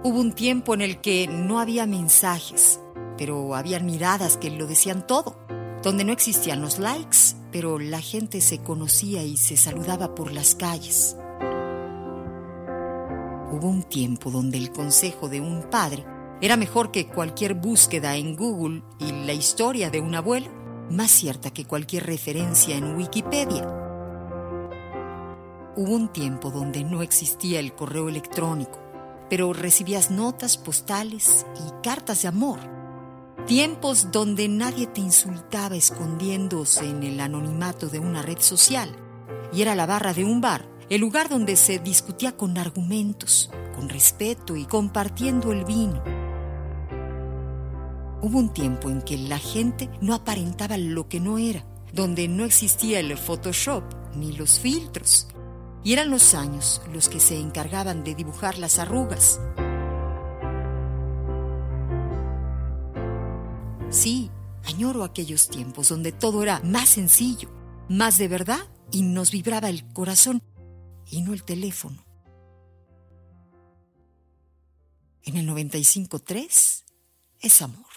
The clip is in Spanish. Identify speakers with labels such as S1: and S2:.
S1: Hubo un tiempo en el que no había mensajes, pero había miradas que lo decían todo, donde no existían los likes, pero la gente se conocía y se saludaba por las calles. Hubo un tiempo donde el consejo de un padre era mejor que cualquier búsqueda en Google y la historia de un abuelo, más cierta que cualquier referencia en Wikipedia. Hubo un tiempo donde no existía el correo electrónico, pero recibías notas postales y cartas de amor. Tiempos donde nadie te insultaba escondiéndose en el anonimato de una red social, y era la barra de un bar, el lugar donde se discutía con argumentos, con respeto y compartiendo el vino. Hubo un tiempo en que la gente no aparentaba lo que no era, donde no existía el Photoshop ni los filtros, y eran los años los que se encargaban de dibujar las arrugas. Sí, añoro aquellos tiempos donde todo era más sencillo, más de verdad, y nos vibraba el corazón y no el teléfono. En el 95.3 es amor.